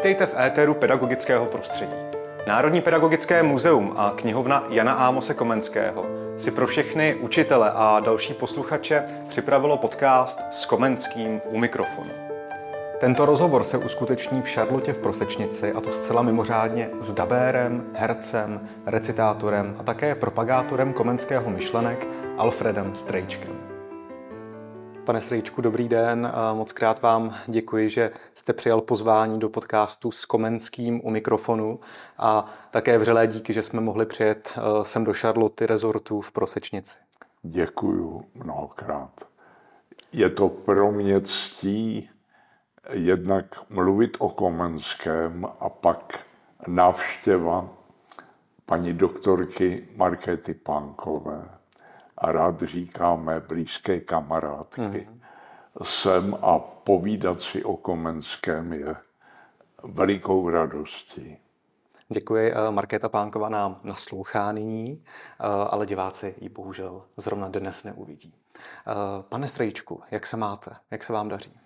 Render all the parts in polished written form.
Vítejte v éteru pedagogického prostředí. Národní pedagogické muzeum a knihovna Jana Ámose Komenského si pro všechny učitele a další posluchače připravilo podcast s Komenským u mikrofonu. Tento rozhovor se uskuteční v Šarlotě v Prosečnici, a to zcela mimořádně s dabérem, hercem, recitátorem a také propagátorem komenského myšlenek Alfredem Strejčkem. Pane Strejčku, dobrý den. Moc krát vám děkuji, že jste přijal pozvání do podcastu s Komenským u mikrofonu a také vřelé díky, že jsme mohli přijet sem do Šarloty rezortu v Prosečnici. Děkuju mnohokrát. Je to pro mě ctí jednak mluvit o Komenském a pak návštěva paní doktorky Markéty Pánkové. A rád říkáme blízké kamarádky. Sem a povídat si o Komenském je velikou radostí. Děkuji. Markéta Pánková nám naslouchá nyní, ale diváci ji bohužel zrovna dnes neuvidí. Pane Strejčku, jak se máte? Jak se vám daří?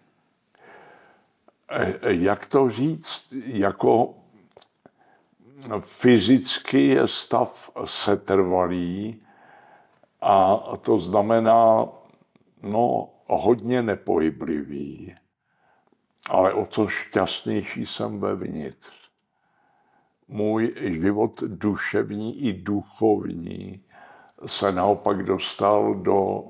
Jak to říct? Jako fyzicky je stav setrvalý, a to znamená, hodně nepohyblivý, ale o to šťastnější jsem vevnitř. Můj život duševní i duchovní se naopak dostal do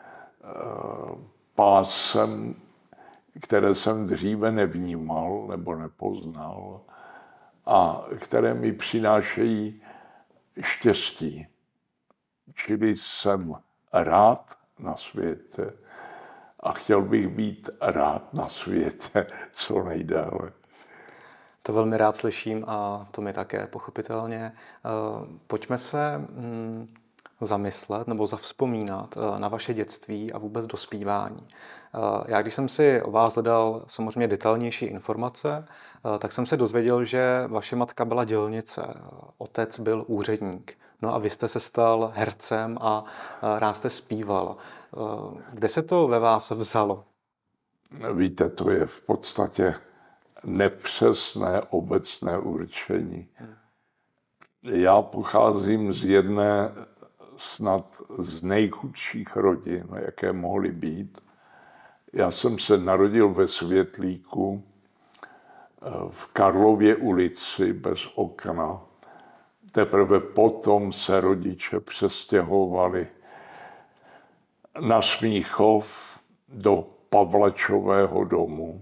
pásem, které jsem dříve nevnímal nebo nepoznal a které mi přinášejí štěstí. Čili jsem rád na světě a chtěl bych být rád na světě co nejdéle. To velmi rád slyším a to mi také pochopitelně. Pojďme se zamyslet nebo zavzpomínat na vaše dětství a vůbec dospívání. Já když jsem si o vás hledal samozřejmě detailnější informace, tak jsem se dozvěděl, že vaše matka byla dělnice, otec byl úředník. No a vy jste se stal hercem a rád jste zpíval. Kde se to ve vás vzalo? Víte, to je v podstatě nepřesné obecné určení. Já pocházím z jedné snad z nejchudších rodin, jaké mohly být. Já jsem se narodil ve Světlíku v Karlově ulici bez okna. Teprve potom se rodiče přestěhovali na Smíchov do Pavlačového domu.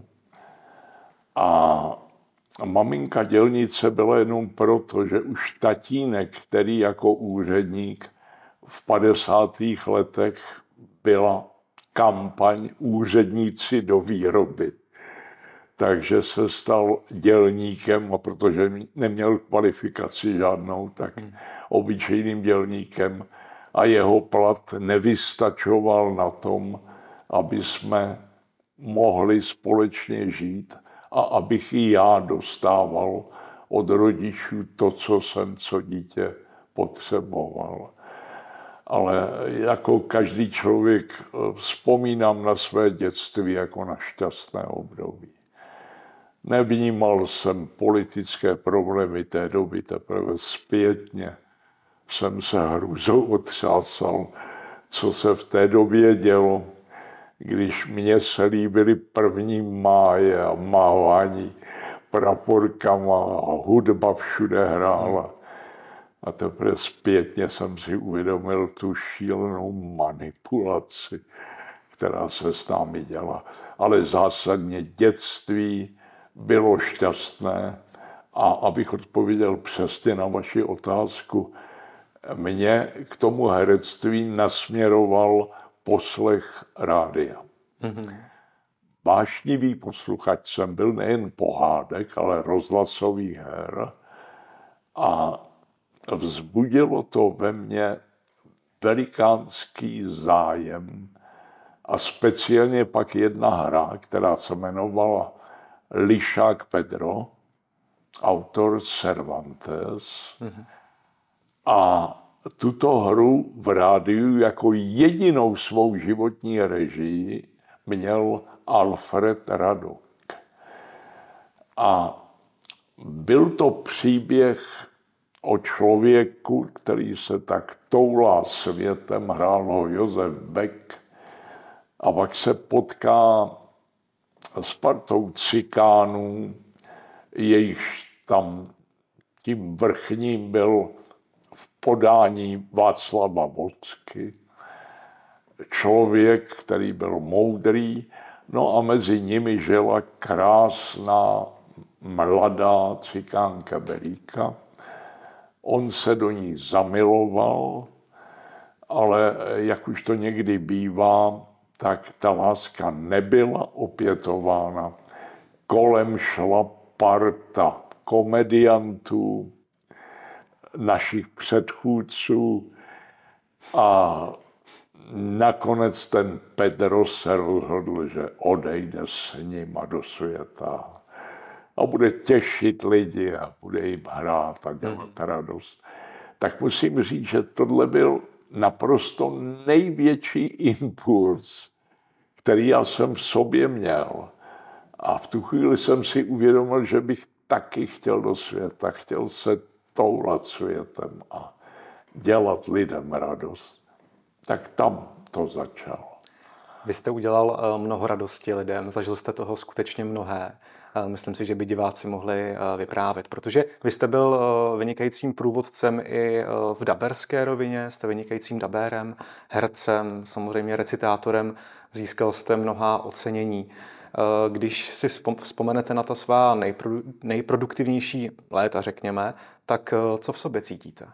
A maminka dělnice byla jenom proto, že už tatínek, který jako úředník v 50. letech byla kampaň úředníci do výroby. Takže se stal dělníkem, a protože neměl kvalifikaci žádnou, tak obyčejným dělníkem a jeho plat nevystačoval na tom, aby jsme mohli společně žít a abych i já dostával od rodičů to, co jsem co dítě potřeboval. Ale jako každý člověk vzpomínám na své dětství jako na šťastné období. Nevnímal jsem politické problémy té doby, teprve zpětně jsem se hrůzou otřásal, co se v té době dělo, když mně se líbily 1. máje a mávání praporkama a hudba všude hrála. A teprve zpětně jsem si uvědomil tu šílenou manipulaci, která se s námi dělá. Ale zásadně dětství bylo šťastné a abych odpověděl přesně na vaši otázku, mě k tomu herectví nasměroval poslech rádia. Vášnivý posluchač jsem byl nejen pohádek, ale rozhlasových her a vzbudilo to ve mně velikánský zájem a speciálně pak jedna hra, která se jmenovala Lišák Pedro, autor Cervantes. A tuto hru v rádiu jako jedinou svou životní režii měl Alfred Radok. A byl to příběh o člověku, který se tak toulá světem, hrál ho Josef Beck, a pak se potká s partou cikánů, jejichž tam tím vrchním byl v podání Václava Vocky, člověk, který byl moudrý, no a mezi nimi žila krásná mladá cikánka Beríka. On se do ní zamiloval, ale jak už to někdy bývá, tak ta láska nebyla opětována. Kolem šla parta komediantů, našich předchůdců, a nakonec ten Pedro se rozhodl, že odejde s nima do světa a bude těšit lidi a bude jim hrát a dělat radost. Tak musím říct, že tohle byl naprosto největší impuls, který já jsem v sobě měl. A v tu chvíli jsem si uvědomil, že bych taky chtěl do světa, chtěl se toulat světem a dělat lidem radost. Tak tam to začalo. Vy jste udělal mnoho radosti lidem, zažil jste toho skutečně mnohé. Myslím si, že by diváci mohli vyprávět, protože vy jste byl vynikajícím průvodcem i v daberské rovině, jste vynikajícím dabérem, hercem, samozřejmě recitátorem, získal jste mnoha ocenění. Když si vzpomenete na ta svá nejproduktivnější léta, řekněme, tak co v sobě cítíte?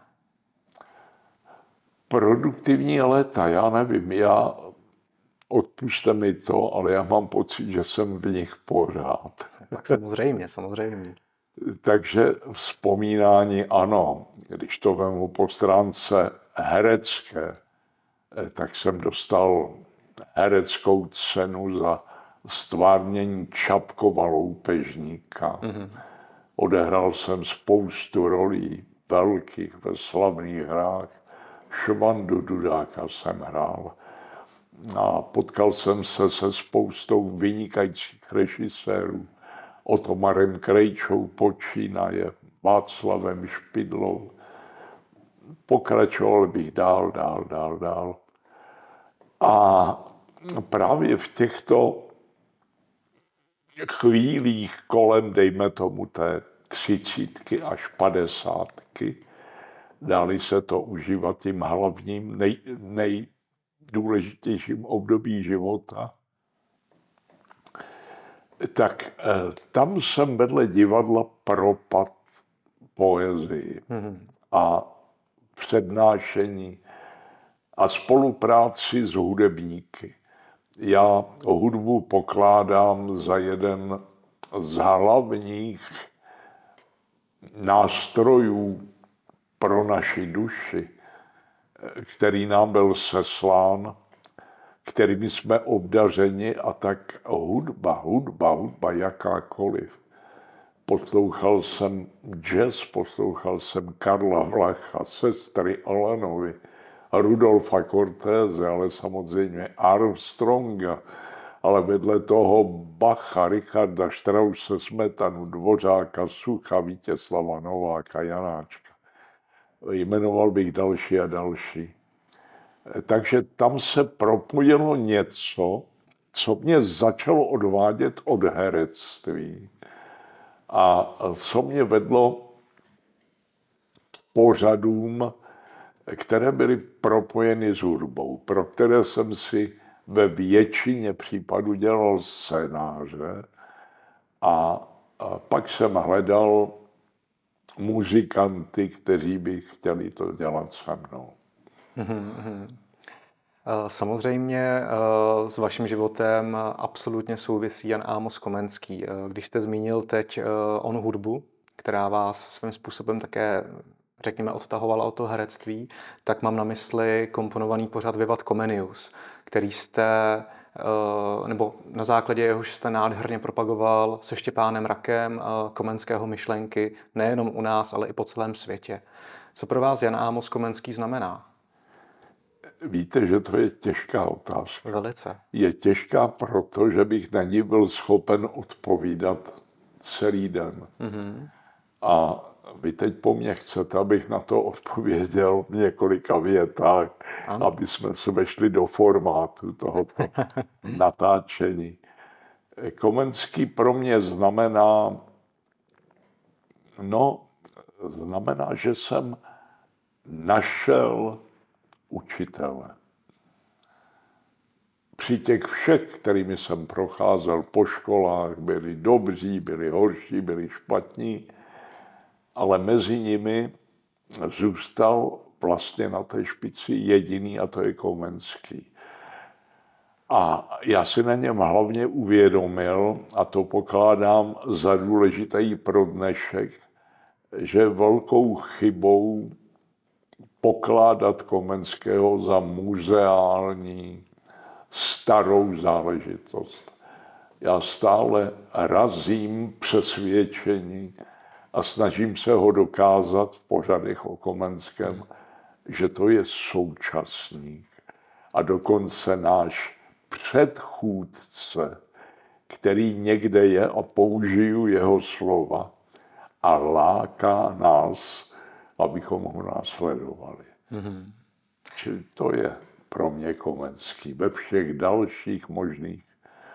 Produktivní léta, já nevím, odpuste mi to, ale já mám pocit, že jsem v nich pořád. Tak samozřejmě. Takže vzpomínání ano, když to vemu po stránce herecké, tak jsem dostal hereckou cenu za stvárnění Čapkova loupežníka. Odehrál jsem spoustu rolí velkých ve slavných hrách. Švandu Dudáka jsem hrál. A potkal jsem se se spoustou vynikajících režisérů. Otomarem Krejčou počínaje, Václavem Špidlou. Pokračoval bych dál. A právě v těchto chvílích kolem, dejme tomu, té 30 až 50, dali se to užívat tím hlavním, nejdůležitějším období života, tak tam jsem vedle divadla propad poezii a přednášení a spolupráci s hudebníky. Já hudbu pokládám za jeden z hlavních nástrojů pro naši duši, který nám byl seslán, kterými jsme obdařeni, a tak hudba jakákoliv. Poslouchal jsem jazz, poslouchal jsem Karla Vlacha, sestry Alanovy, Rudolfa Cortése, ale samozřejmě Armstronga, ale vedle toho Bacha, Richarda Strause, Smetanu, Dvořáka, Sucha, Vítězslava Nováka, Janáčka. Jmenoval bych další a další. Takže tam se propojilo něco, co mě začalo odvádět od herectví a co mě vedlo k pořadům, které byly propojeny s hudbou, pro které jsem si ve většině případů dělal scénáře a pak jsem hledal muzikanty, kteří by chtěli to dělat se mnou. Samozřejmě s vaším životem absolutně souvisí Jan Amos Komenský. Když jste zmínil teď onu hudbu, která vás svým způsobem také, řekněme, odtahovala od toho herectví, tak mám na mysli komponovaný pořad Vivat Comenius, který jste, nebo na základě jehož jste nádherně propagoval se Štěpánem Rakem Komenského myšlenky nejenom u nás, ale i po celém světě. Co pro vás Jan Amos Komenský znamená? Víte, že to je těžká otázka. Velice. Je těžká proto, že bych na ní byl schopen odpovídat celý den. A vy teď po mně chcete, abych na to odpověděl v několika větách, Ano. aby jsme se vešli do formátu tohoto natáčení. Komenský pro mě znamená, že jsem našel učitele. Při těch všech, kterými jsem procházel po školách, byli dobří, byli horší, byli špatní, ale mezi nimi zůstal vlastně na té špici jediný, a to je Komenský. A já si na něm hlavně uvědomil, a to pokládám za důležitý pro dnešek, že velkou chybou pokládat Komenského za muzeální starou záležitost. Já stále razím přesvědčení a snažím se ho dokázat v pořadech o Komenském, že to je současník a dokonce náš předchůdce, který někde je, a použiju jeho slova, a láká nás, abychom ho následovali. Mm-hmm. Čili to je pro mě Komenský ve všech dalších možných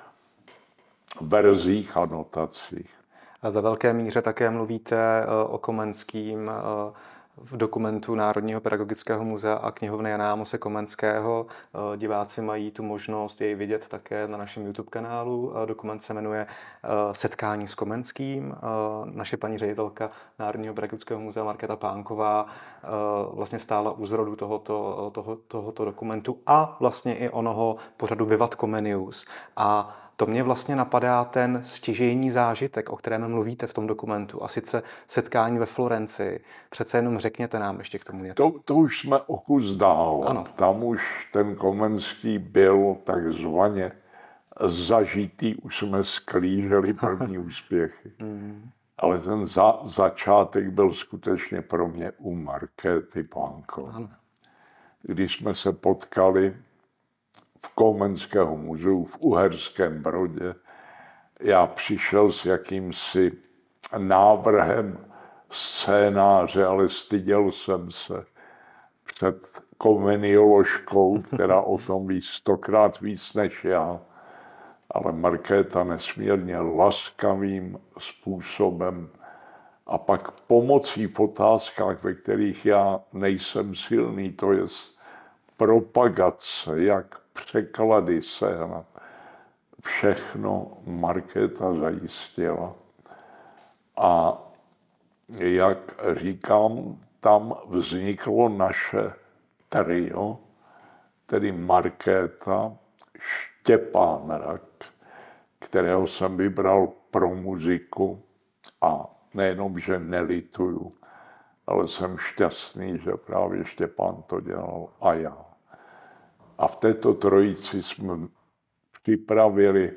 verzích a notacích. Ve velké míře také mluvíte o Komenským v dokumentu Národního pedagogického muzea a knihovny Jana Amose Komenského. Diváci mají tu možnost jej vidět také na našem YouTube kanálu. Dokument se jmenuje Setkání s Komenským. Naše paní ředitelka Národního pedagogického muzea Markéta Pánková vlastně stála u zrodu tohoto dokumentu a vlastně i onoho pořadu Vivat Comenius. A to mě vlastně napadá ten stěžejní zážitek, o kterém mluvíte v tom dokumentu, a sice setkání ve Florencii. Přece jenom řekněte nám ještě k tomu něco. To už jsme o kus dál. Ano. Tam už ten Komenský byl takzvaně zažitý, už jsme sklíželi první úspěchy. Ale ten začátek byl skutečně pro mě u Markéty Pánkové. Když jsme se potkali v Komenského muzeu v Uherském Brodě, já přišel s jakýmsi návrhem scénáře, ale styděl jsem se před komenioložkou, která o tom ví 100krát víc než já. Ale Markéta nesmírně laskavým způsobem a pak pomocí v otázkách, ve kterých já nejsem silný, to je propagace, jak překlady sehnat. Všechno Markéta zajistila. A jak říkám, tam vzniklo naše trio, tedy Markéta, Štěpán Rak, kterého jsem vybral pro muziku, a nejenom, že nelituju, ale jsem šťastný, že právě Štěpán to dělal a já. A v této trojici jsme připravili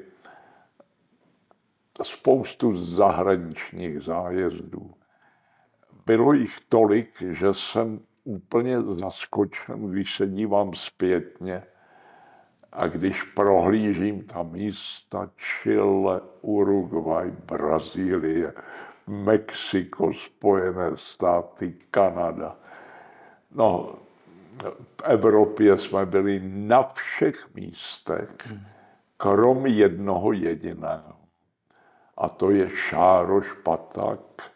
spoustu zahraničních zájezdů. Bylo jich tolik, že jsem úplně zaskočen, když se dívám zpětně a když prohlížím ta místa Chile, Uruguay, Brazílie, Mexiko, Spojené státy, Kanada. No, v Evropě jsme byli na všech místech, krom jednoho jediného. A to je Šároš Patak,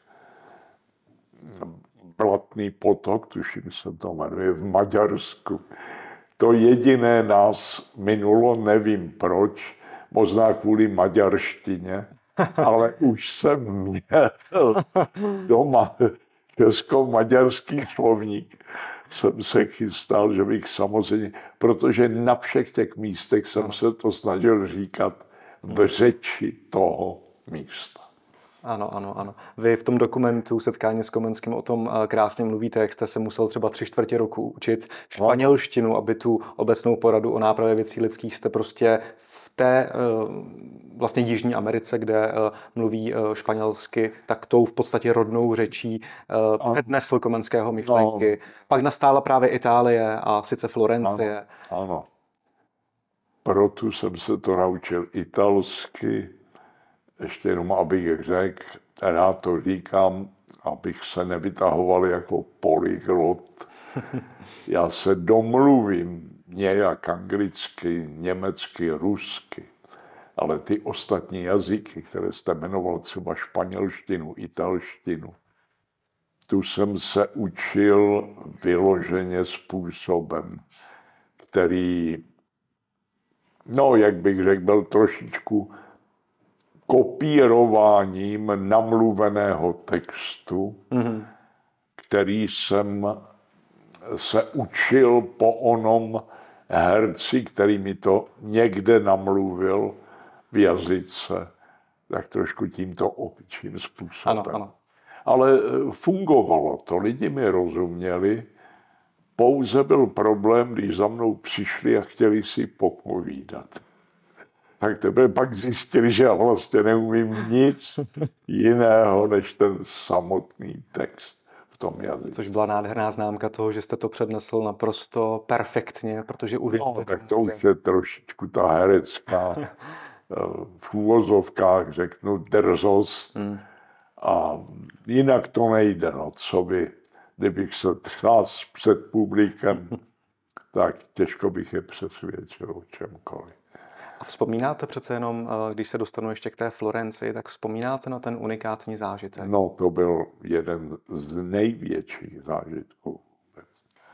Blatný potok, tuším se to jmenuje, v Maďarsku. To jediné nás minulo, nevím proč, možná kvůli maďarštině, ale už jsem měl doma česko-maďarský slovník. Jsem se chystal, že bych samozřejmě, protože na všech těch místech jsem se to snažil říkat v řeči toho místa. Ano. Vy v tom dokumentu Setkání s Komenským o tom krásně mluvíte, jak jste se musel třeba 3/4 roku učit španělštinu, aby tu obecnou poradu o nápravě věcí lidských jste prostě v té vlastně Jižní Americe, kde mluví španělsky, tak tou v podstatě rodnou řečí přednesl Komenského myšlenky. Pak nastála právě Itálie a sice Florencie. Ano. Proto jsem se to naučil italsky. Ještě jenom abych řekl, rád to říkám, abych se nevytahoval jako polyglot, já se domluvím nějak anglicky, německy, rusky, ale ty ostatní jazyky, které jste jmenoval, třeba španělštinu, italštinu, tu jsem se učil vyloženě způsobem, který, no, jak bych řekl, byl trošičku kopírováním namluveného textu, který jsem se učil po onom herci, který mi to někde namluvil v jazyce, tak trošku tímto opičím způsobem. Ano. Ale fungovalo to, lidi mi rozuměli, pouze byl problém, když za mnou přišli a chtěli si popovídat. Tak teprve pak zjistili, že já vlastně neumím nic jiného, než ten samotný text v tom jazyce. Což byla nádherná známka toho, že jste to přednesl naprosto perfektně, protože uvědomíte. No, tak to už je trošičku ta herecká, v úvozovkách řeknu, drzost. A jinak to nejde, no, co by, kdybych se třás před publikem, tak těžko bych je přesvědčil o čemkoliv. A vzpomínáte přece jenom, když se dostanu ještě k té Florencii, tak vzpomínáte na ten unikátní zážitek? No, to byl jeden z největších zážitků vůbec.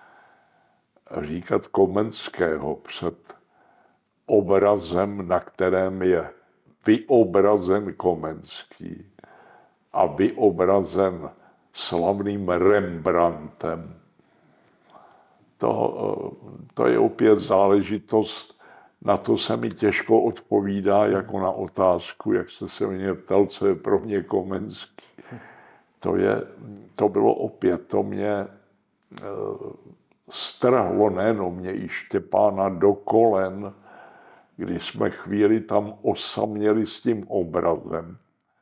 Říkat Komenského před obrazem, na kterém je vyobrazen Komenský a vyobrazen slavným Rembrandtem, to je opět záležitost, na to se mi těžko odpovídá jako na otázku, jak jste se mě ptal, co je pro mě Komenský. To bylo opět, to mě strhlo, nejenom mě i Štěpána do kolen, když jsme chvíli tam osaměli s tím obrazem.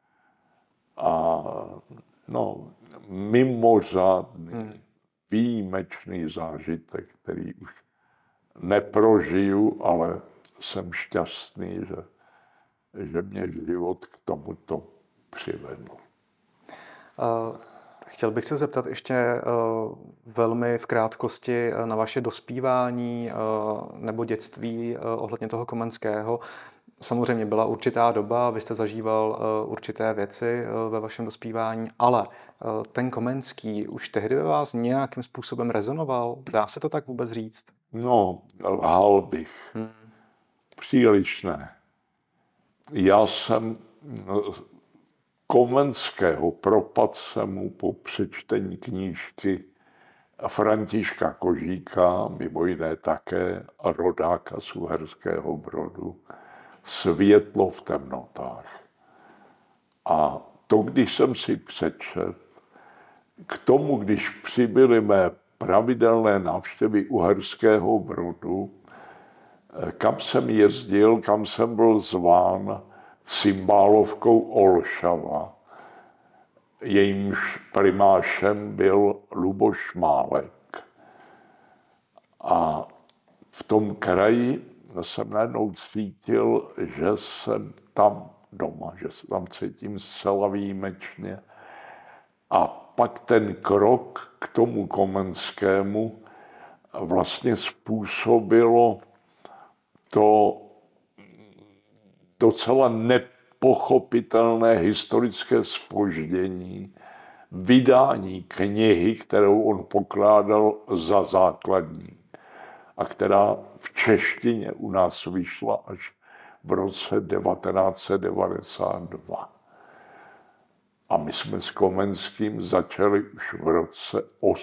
A no, mimořádný, výjimečný zážitek, který už neprožiju, ale jsem šťastný, že mě život k tomuto přivedl. Chtěl bych se zeptat ještě velmi v krátkosti na vaše dospívání nebo dětství ohledně toho Komenského. Samozřejmě byla určitá doba, vy jste zažíval určité věci ve vašem dospívání, ale ten Komenský už tehdy ve vás nějakým způsobem rezonoval? Dá se to tak vůbec říct? No, lhal bych. Příliš ne. Já jsem Komenského propadl jsem mu po přečtení knížky Františka Kožíka, mimo jiné také rodáka z Uherského Brodu, Světlo v temnotách. A to, když jsem si přečet, k tomu, když přibyly mé pravidelné návštěvy Uherského Brodu, kam jsem jezdil, kam jsem byl zván cymbálovkou Olšava. Jejímž primášem byl Luboš Málek. A v tom kraji jsem najednou cítil, že jsem tam doma, že se tam cítím zcela výjimečně. A pak ten krok k tomu Komenskému vlastně způsobilo to docela nepochopitelné historické zpoždění vydání knihy, kterou on pokládal za základní a která v češtině u nás vyšla až v roce 1992. A my jsme s Komenským začali už v roce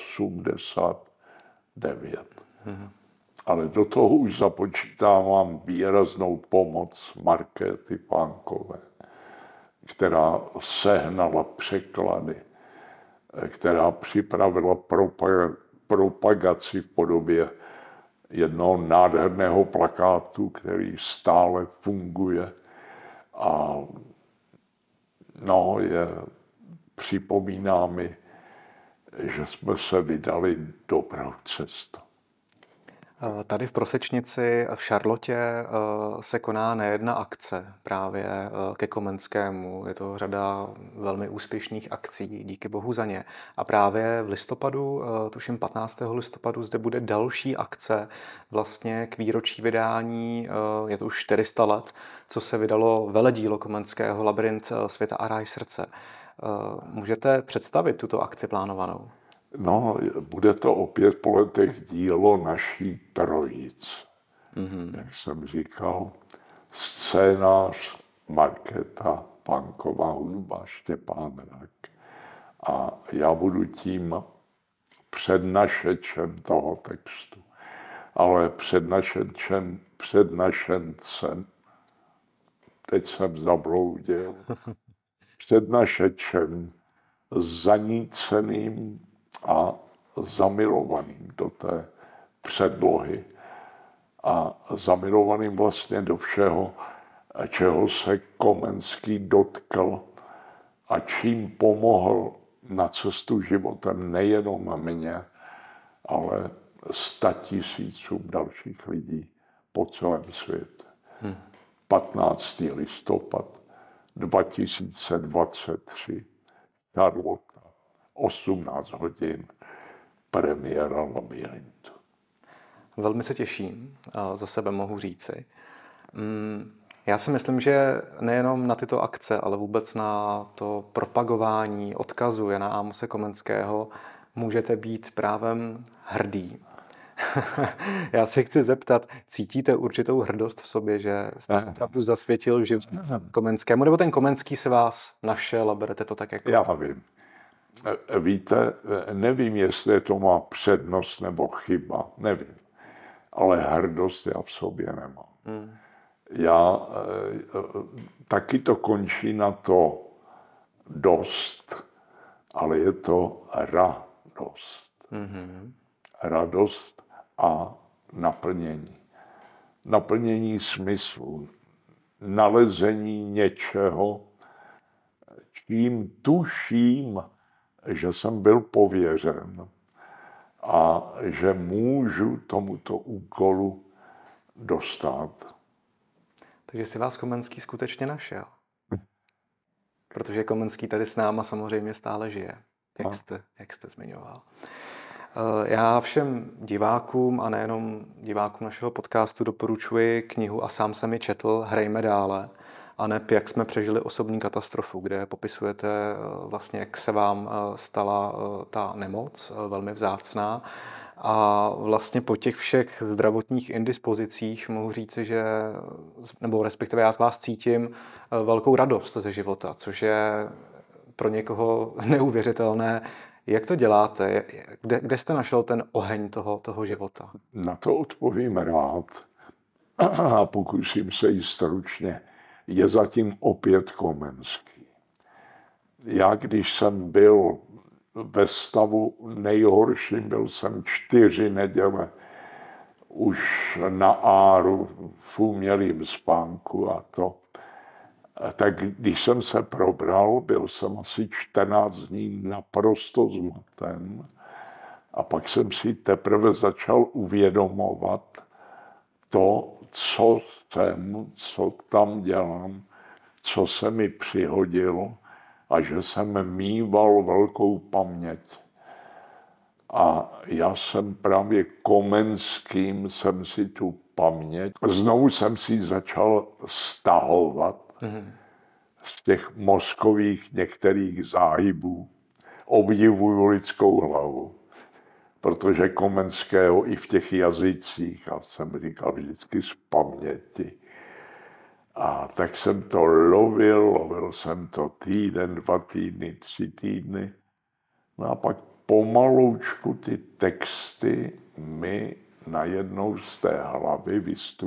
89. Ale do toho už započítávám výraznou pomoc Markéty Pánkové, která sehnala překlady, která připravila propagaci v podobě jednoho nádherného plakátu, který stále funguje a připomíná mi, že jsme se vydali dobrou cestou. Tady v Prosečnici v Šarlotě se koná nejedna akce právě ke Komenskému. Je to řada velmi úspěšných akcí, díky bohu za ně. A právě v listopadu, tuším 15. listopadu, zde bude další akce vlastně k výročí vydání, je to už 400 let, co se vydalo veledílo Komenského Labyrint světa a ráj srdce. Můžete představit tuto akci plánovanou? No, bude to opět po letech dílo naší trojic. Jak jsem říkal, scénář Markéta Panková, hudba Štěpán Rak. A já budu tím přednašečem toho textu. Ale přednašencem, teď jsem zabloudil, přednašečem zaníceným a zamilovaným do té předlohy a zamilovaným vlastně do všeho, čeho se Komenský dotkl a čím pomohl na cestu životem nejenom mě, ale 100 000 dalších lidí po celém světě. 15. listopad 2023, Charlotte, 18 hodin, premiéra Labyrintu. Velmi se těším, za sebe mohu říci. Já si myslím, že nejenom na tyto akce, ale vůbec na to propagování odkazu Jana Ámose Komenského můžete být právem hrdý. Já se chci zeptat, cítíte určitou hrdost v sobě, že jste opravdu zasvětil život Komenskému, nebo ten Komenský se vás našel a berete to tak jako... Já vím. Víte, nevím, jestli to má přednost nebo chyba, nevím. Ale hrdost já v sobě nemám. Já taky to končí na to dost, ale je to radost. Radost a naplnění. Naplnění smyslu, nalezení něčeho, čím tuším, že jsem byl pověřen a že můžu tomuto úkolu dostat. Takže si vás Komenský skutečně našel. Protože Komenský tady s náma samozřejmě stále žije, jak jste zmiňoval. Já všem divákům a nejenom divákům našeho podcastu doporučuji knihu A sám jsem ji četl, Hrajme dále, a neb jak jsme přežili osobní katastrofu, kde popisujete vlastně, jak se vám stala ta nemoc, velmi vzácná. A vlastně po těch všech zdravotních indispozicích mohu říci, že, nebo respektive já z vás cítím velkou radost ze života, což je pro někoho neuvěřitelné. Jak to děláte? Kde jste našel ten oheň toho života? Na to odpovím rád a pokusím se jí stručně. Je zatím opět Komenský. Já, když jsem byl ve stavu nejhorším, byl jsem 4 neděle už na áru v umělým spánku a to. Tak když jsem se probral, byl jsem asi 14 dní naprosto zmaten a pak jsem si teprve začal uvědomovat to, co tam dělám, co se mi přihodilo a že jsem mýval velkou paměť. A já jsem právě Komenským jsem si tu paměť, znovu jsem si začal stahovat z těch mozkových některých záhybů. Obdivuju lidskou hlavu, protože Komenského i v těch jazycích, a jsem říkal vždycky z paměti. A tak jsem to lovil jsem to týden, 2 týdny, 3 týdny. No a pak pomaloučku ty texty mi najednou z té hlavy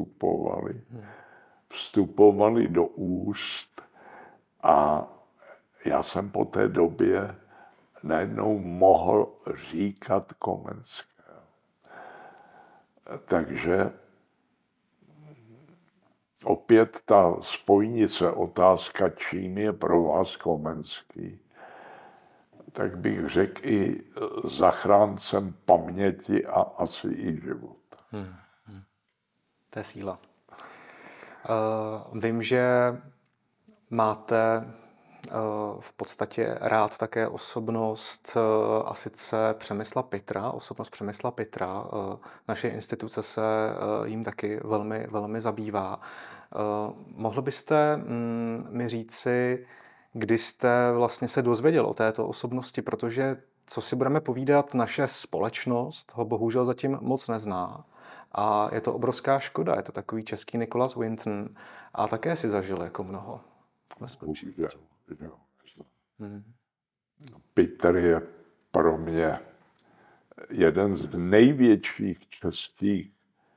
vstupovaly do úst a já jsem po té době najednou mohl říkat Komenského. Takže opět ta spojnice, otázka, čím je pro vás Komenský, tak bych řekl i zachráncem paměti a asi i života. To je síla. Vím, že máte v podstatě rád také osobnost a sice Přemysla Pitra, osobnost Přemysla Pitra. Naše instituce se jím taky velmi, velmi zabývá. Mohl byste mi říci, kdy jste vlastně se dozvěděl o této osobnosti, protože co si budeme povídat, naše společnost ho bohužel zatím moc nezná. A je to obrovská škoda, je to takový český Nicholas Winton a také si zažil jako mnoho. Petr je pro mě jeden z největších českých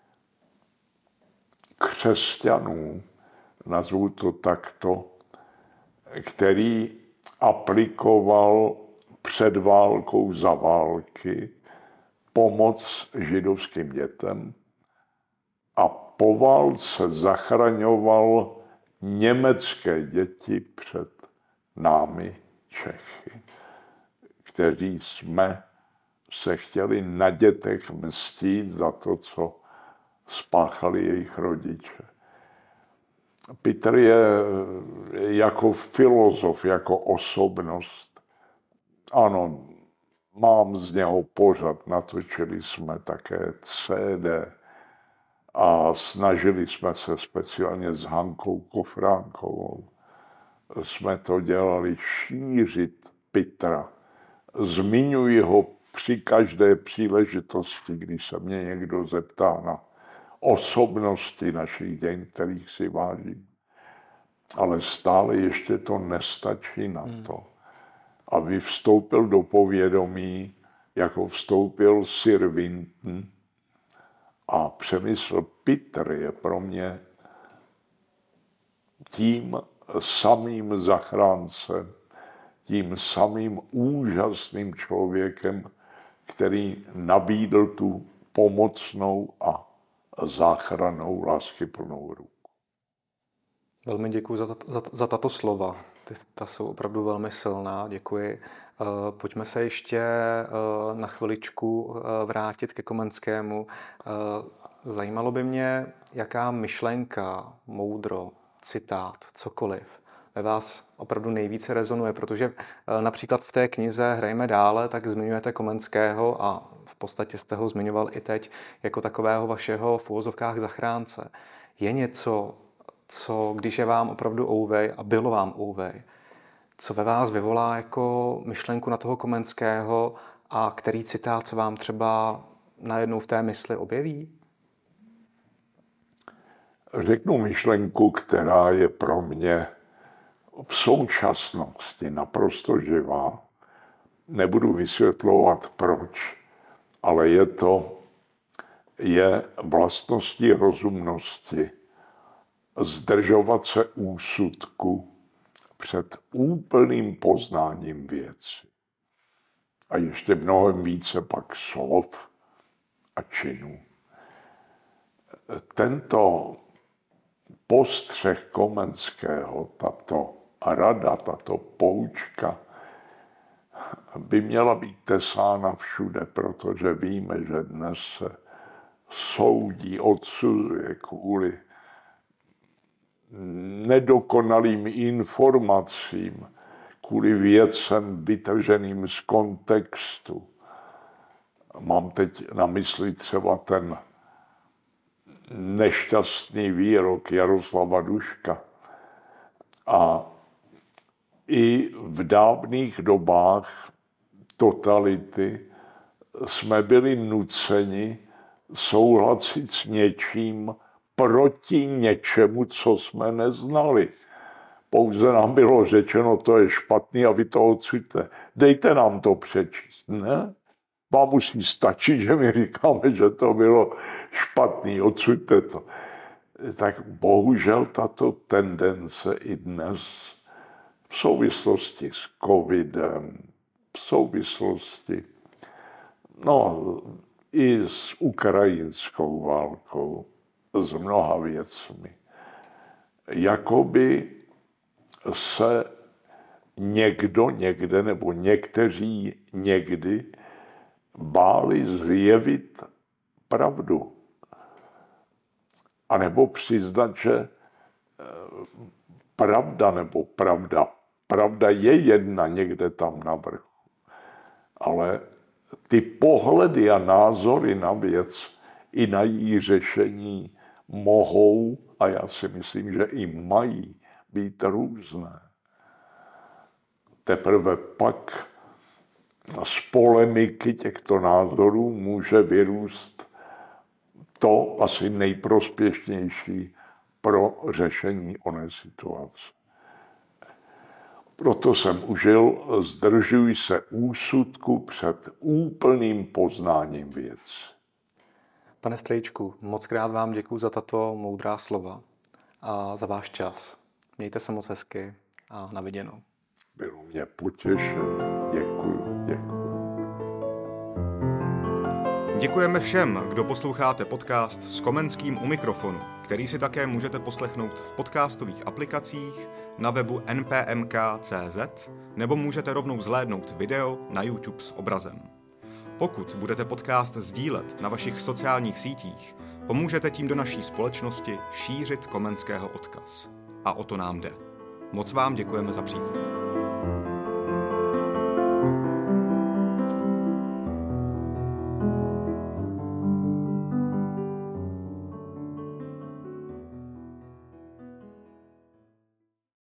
křesťanů, nazvu to takto, který aplikoval před válkou za války pomoc židovským dětem a po válce zachraňoval německé děti před námi Čechy, kteří jsme se chtěli na dětech mstít za to, co spáchali jejich rodiče. Petr je jako filozof, jako osobnost. Ano, mám z něho pořad, natočili jsme také CD a snažili jsme se speciálně s Hankou Kofránkovou. Jsme to dělali šířit Petra. Zmiňuji ho při každé příležitosti, když se mě někdo zeptá na osobnosti našich dějin, kterých si vážím. Ale stále ještě to nestačí na to, aby vstoupil do povědomí, jako vstoupil Sir Winton. A Přemysl Petr je pro mě tím samým zachráncem, tím samým úžasným člověkem, který nabídl tu pomocnou a záchrannou láskyplnou ruku. Velmi děkuji za tato slova. Ta jsou opravdu velmi silná, děkuji. Pojďme se ještě na chviličku vrátit ke Komenskému. Zajímalo by mě, jaká myšlenka, moudro, citát, cokoliv ve vás opravdu nejvíce rezonuje, protože například v té knize Hrajme dále, tak zmiňujete Komenského a v podstatě jste ho zmiňoval i teď jako takového vašeho v uvozovkách zachránce. Je něco, co když je vám opravdu ouvej a bylo vám ouvej, co ve vás vyvolá jako myšlenku na toho Komenského a který citát se vám třeba najednou v té mysli objeví? Řeknu myšlenku, která je pro mě v současnosti naprosto živá. Nebudu vysvětlovat proč, ale je vlastností rozumnosti zdržovat se úsudku před úplným poznáním věci. A ještě mnohem více pak slov a činů. Tento postřeh Komenského, tato rada, tato poučka by měla být tesána všude, protože víme, že dnes se soudí, odsuzuje kvůli nedokonalým informacím, kvůli věcem vytrženým z kontextu. Mám teď na mysli třeba ten nešťastný výrok Jaroslava Duška. A i v dávných dobách totality jsme byli nuceni souhlasit s něčím proti něčemu, co jsme neznali. Pouze nám bylo řečeno, to je špatný a vy to odsuďte. Dejte nám to přečíst. Ne? Vám musí stačit, že my říkáme, že to bylo špatný, odsuďte to. Tak bohužel tato tendence i dnes v souvislosti s covidem, v souvislosti i s ukrajinskou válkou, s mnoha věcmi. Jakoby se někdo někde nebo někteří někdy báli zjevit pravdu, A nebo přiznat, že pravda je jedna někde tam na vrchu. Ale ty pohledy a názory na věc i na její řešení mohou, a já si myslím, že i mají být různé. Teprve pak z polemiky těchto názorů může vyrůst to asi nejprospěšnější pro řešení oné situace. Proto jsem užil, zdržuj se úsudku před úplným poznáním věci. Pane Strejčku, moc krát vám děkuji za tato moudrá slova a za váš čas. Mějte se moc hezky a na viděnou. Bylo mě potěšení. Děkuji. Děkujeme všem, kdo posloucháte podcast s Komenským u mikrofonu, který si také můžete poslechnout v podcastových aplikacích, na webu npmk.cz nebo můžete rovnou zhlédnout video na YouTube s obrazem. Pokud budete podcast sdílet na vašich sociálních sítích, pomůžete tím do naší společnosti šířit Komenského odkaz. A o to nám jde. Moc vám děkujeme za přízeň.